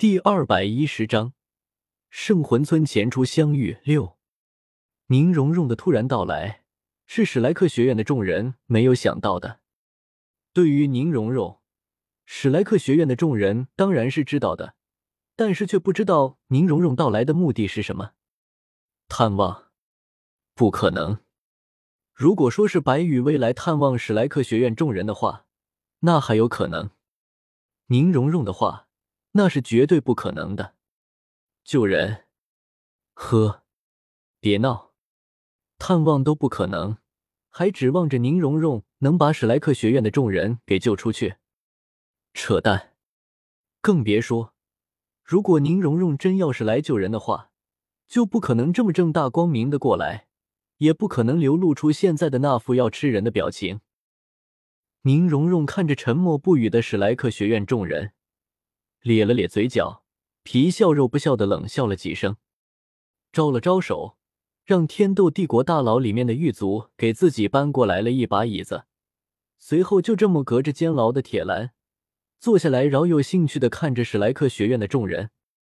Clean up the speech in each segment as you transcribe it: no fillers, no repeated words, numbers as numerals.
第210章圣魂村前初相遇6。宁荣荣的突然到来是史莱克学院的众人没有想到的。对于宁荣荣，史莱克学院的众人当然是知道的，但是却不知道宁荣荣到来的目的是什么。探望？不可能。如果说是白羽薇来探望史莱克学院众人的话，那还有可能。宁荣荣的话，那是绝对不可能的。救人？呵，别闹，探望都不可能，还指望着宁荣荣能把史莱克学院的众人给救出去？扯淡！更别说，如果宁荣荣真要是来救人的话，就不可能这么正大光明的过来，也不可能流露出现在的那副要吃人的表情。宁荣荣看着沉默不语的史莱克学院众人，咧了咧嘴角，皮笑肉不笑的冷笑了几声，招了招手，让天斗帝国大牢里面的狱卒给自己搬过来了一把椅子，随后就这么隔着监牢的铁栏坐下来，饶有兴趣地看着史莱克学院的众人。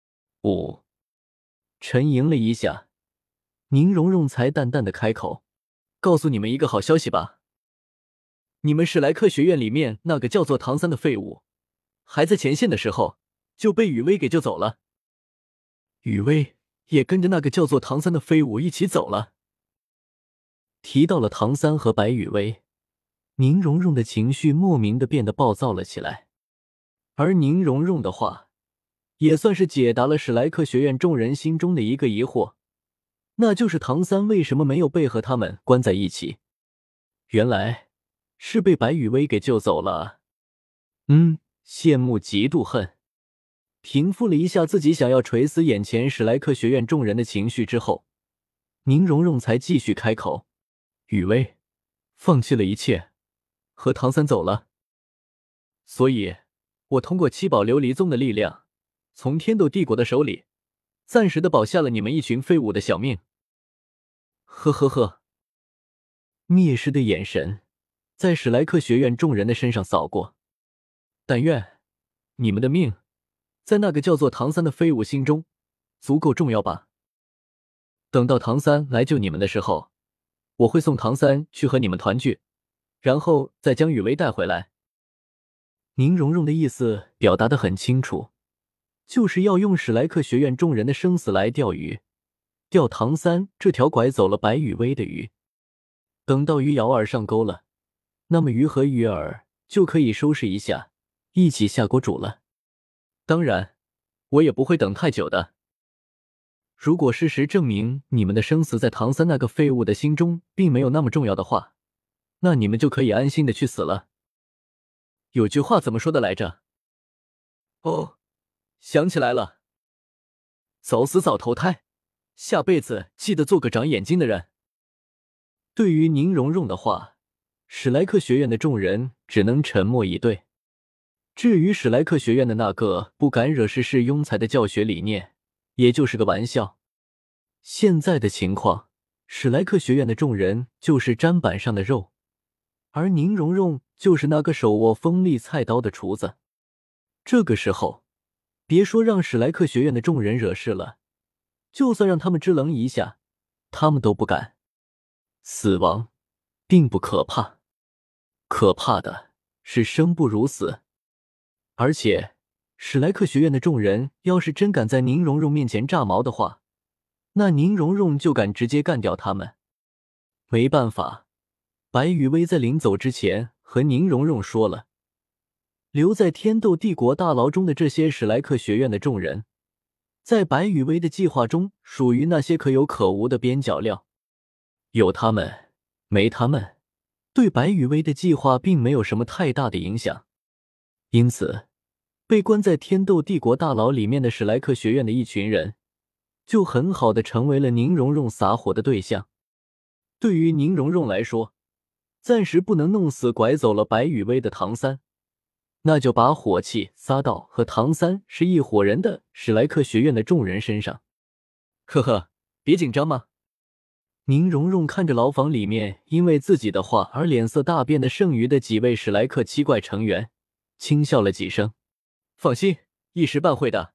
沉吟了一下，宁荣荣才淡淡的开口：“告诉你们一个好消息吧，你们史莱克学院里面那个叫做唐三的废物，还在前线的时候就被雨薇给救走了。雨薇也跟着那个叫做唐三的废物一起走了。”提到了唐三和白雨薇，宁荣荣的情绪莫名的变得暴躁了起来。而宁荣荣的话也算是解答了史莱克学院众人心中的一个疑惑，那就是唐三为什么没有被和他们关在一起。原来是被白雨薇给救走了啊。羡慕嫉妒恨。平复了一下自己想要锤死眼前史莱克学院众人的情绪之后，宁荣荣才继续开口：“雨薇放弃了一切，和唐三走了。所以我通过七宝琉璃宗的力量，从天斗帝国的手里暂时的保下了你们一群废物的小命。”呵呵呵。蔑视的眼神在史莱克学院众人的身上扫过。但愿你们的命在那个叫做唐三的废物心中足够重要吧。等到唐三来救你们的时候，我会送唐三去和你们团聚，然后再将雨薇带回来。宁荣荣的意思表达得很清楚，就是要用史莱克学院众人的生死来钓鱼，钓唐三这条拐走了白雨薇的鱼。等到鱼鳐儿上钩了，那么鱼和鱼儿就可以收拾一下，一起下锅煮了。当然，我也不会等太久的。如果事实证明你们的生死在唐三那个废物的心中并没有那么重要的话，那你们就可以安心的去死了。有句话怎么说的来着？哦，想起来了。早死早投胎，下辈子记得做个长眼睛的人。对于宁荣荣的话，史莱克学院的众人只能沉默以对。至于史莱克学院的那个不敢惹事是庸才的教学理念，也就是个玩笑。现在的情况，史莱克学院的众人就是砧板上的肉，而宁荣荣就是那个手握锋利菜刀的厨子。这个时候，别说让史莱克学院的众人惹事了，就算让他们支棱一下，他们都不敢。死亡并不可怕，可怕的是生不如死。而且史莱克学院的众人要是真敢在宁荣荣面前炸毛的话，那宁荣荣就敢直接干掉他们。没办法，白雨薇在临走之前和宁荣荣说了，留在天斗帝国大牢中的这些史莱克学院的众人，在白雨薇的计划中属于那些可有可无的边角料。有他们没他们，对白雨薇的计划并没有什么太大的影响。因此被关在天斗帝国大牢里面的史莱克学院的一群人就很好的成为了宁荣荣撒火的对象。对于宁荣荣来说，暂时不能弄死拐走了白雨薇的唐三，那就把火气撒到和唐三是一伙人的史莱克学院的众人身上。呵呵，别紧张嘛。宁荣荣看着牢房里面因为自己的话而脸色大变的剩余的几位史莱克七怪成员，轻笑了几声。放心，一时半会的，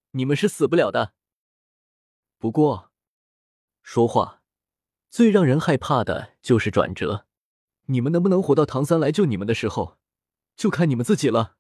你们是死不了的。不过，说话最让人害怕的就是转折，你们能不能活到唐三来救你们的时候，就看你们自己了。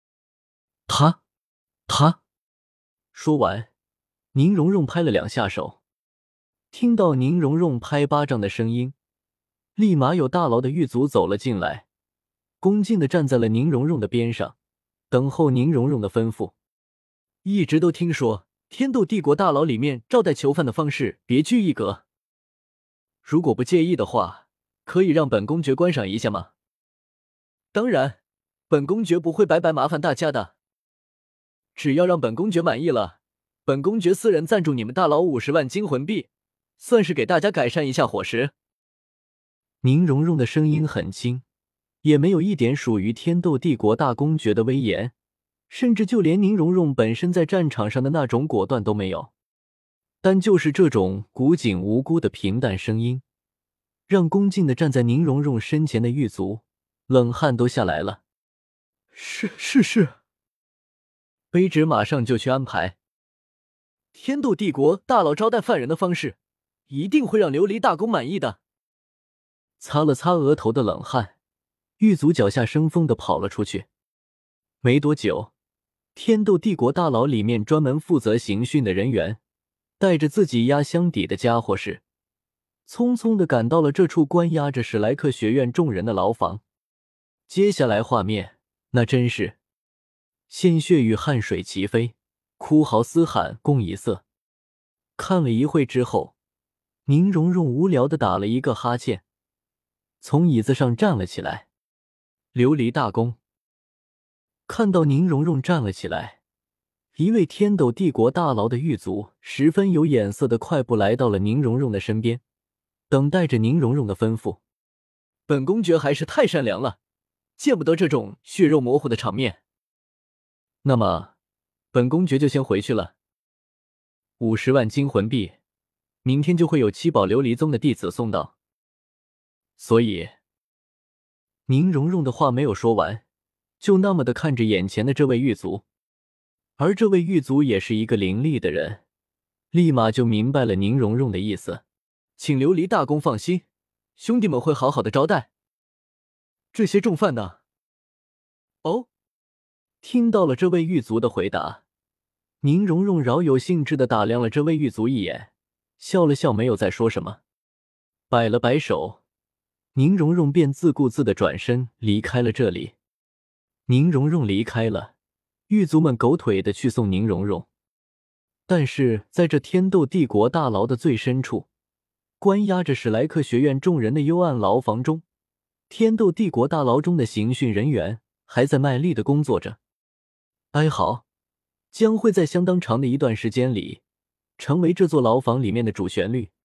他说完，宁荣荣拍了2下手。听到宁荣荣拍巴掌的声音，立马有大牢的狱卒走了进来，恭敬地站在了宁荣荣的边上，等候宁荣荣的吩咐。一直都听说天斗帝国大牢里面招待囚犯的方式别具一格，如果不介意的话，可以让本公爵观赏一下吗？当然，本公爵不会白白麻烦大家的。只要让本公爵满意了，本公爵私人赞助你们大牢50万金魂币，算是给大家改善一下伙食。宁荣荣的声音很轻，也没有一点属于天斗帝国大公爵的威严，甚至就连宁荣荣本身在战场上的那种果断都没有。但就是这种古井无辜的平淡声音，让恭敬地站在宁荣荣身前的狱卒冷汗都下来了。是，卑职马上就去安排。天斗帝国大牢招待犯人的方式，一定会让琉璃大公满意的。擦了擦额头的冷汗，狱卒脚下生风地跑了出去。没多久，天斗帝国大牢里面专门负责刑讯的人员，带着自己压箱底的家伙事，匆匆地赶到了这处关押着史莱克学院众人的牢房。接下来画面，那真是鲜血与汗水齐飞，哭嚎嘶喊共一色。看了一会之后，宁荣荣无聊地打了一个哈欠，从椅子上站了起来。琉璃大公看到宁荣荣站了起来，一位天斗帝国大牢的狱卒十分有眼色的快步来到了宁荣荣的身边，等待着宁荣荣的吩咐。本公爵还是太善良了，见不得这种血肉模糊的场面。那么，本公爵就先回去了。50万金魂币，明天就会有七宝琉璃宗的弟子送到。所以，宁荣荣的话没有说完，就那么的看着眼前的这位狱卒。而这位狱卒也是一个伶俐的人，立马就明白了宁荣荣的意思。请琉璃大公放心，兄弟们会好好的招待。这些重犯呢？哦，听到了这位狱卒的回答，宁荣荣饶有兴致地打量了这位狱卒一眼，笑了笑，没有再说什么，摆了摆手，宁荣荣便自顾自地转身离开了这里。宁荣荣离开了，狱卒们狗腿地去送宁荣荣。但是在这天斗帝国大牢的最深处，关押着史莱克学院众人的幽暗牢房中，天斗帝国大牢中的刑讯人员还在卖力地工作着。哀嚎将会在相当长的一段时间里成为这座牢房里面的主旋律。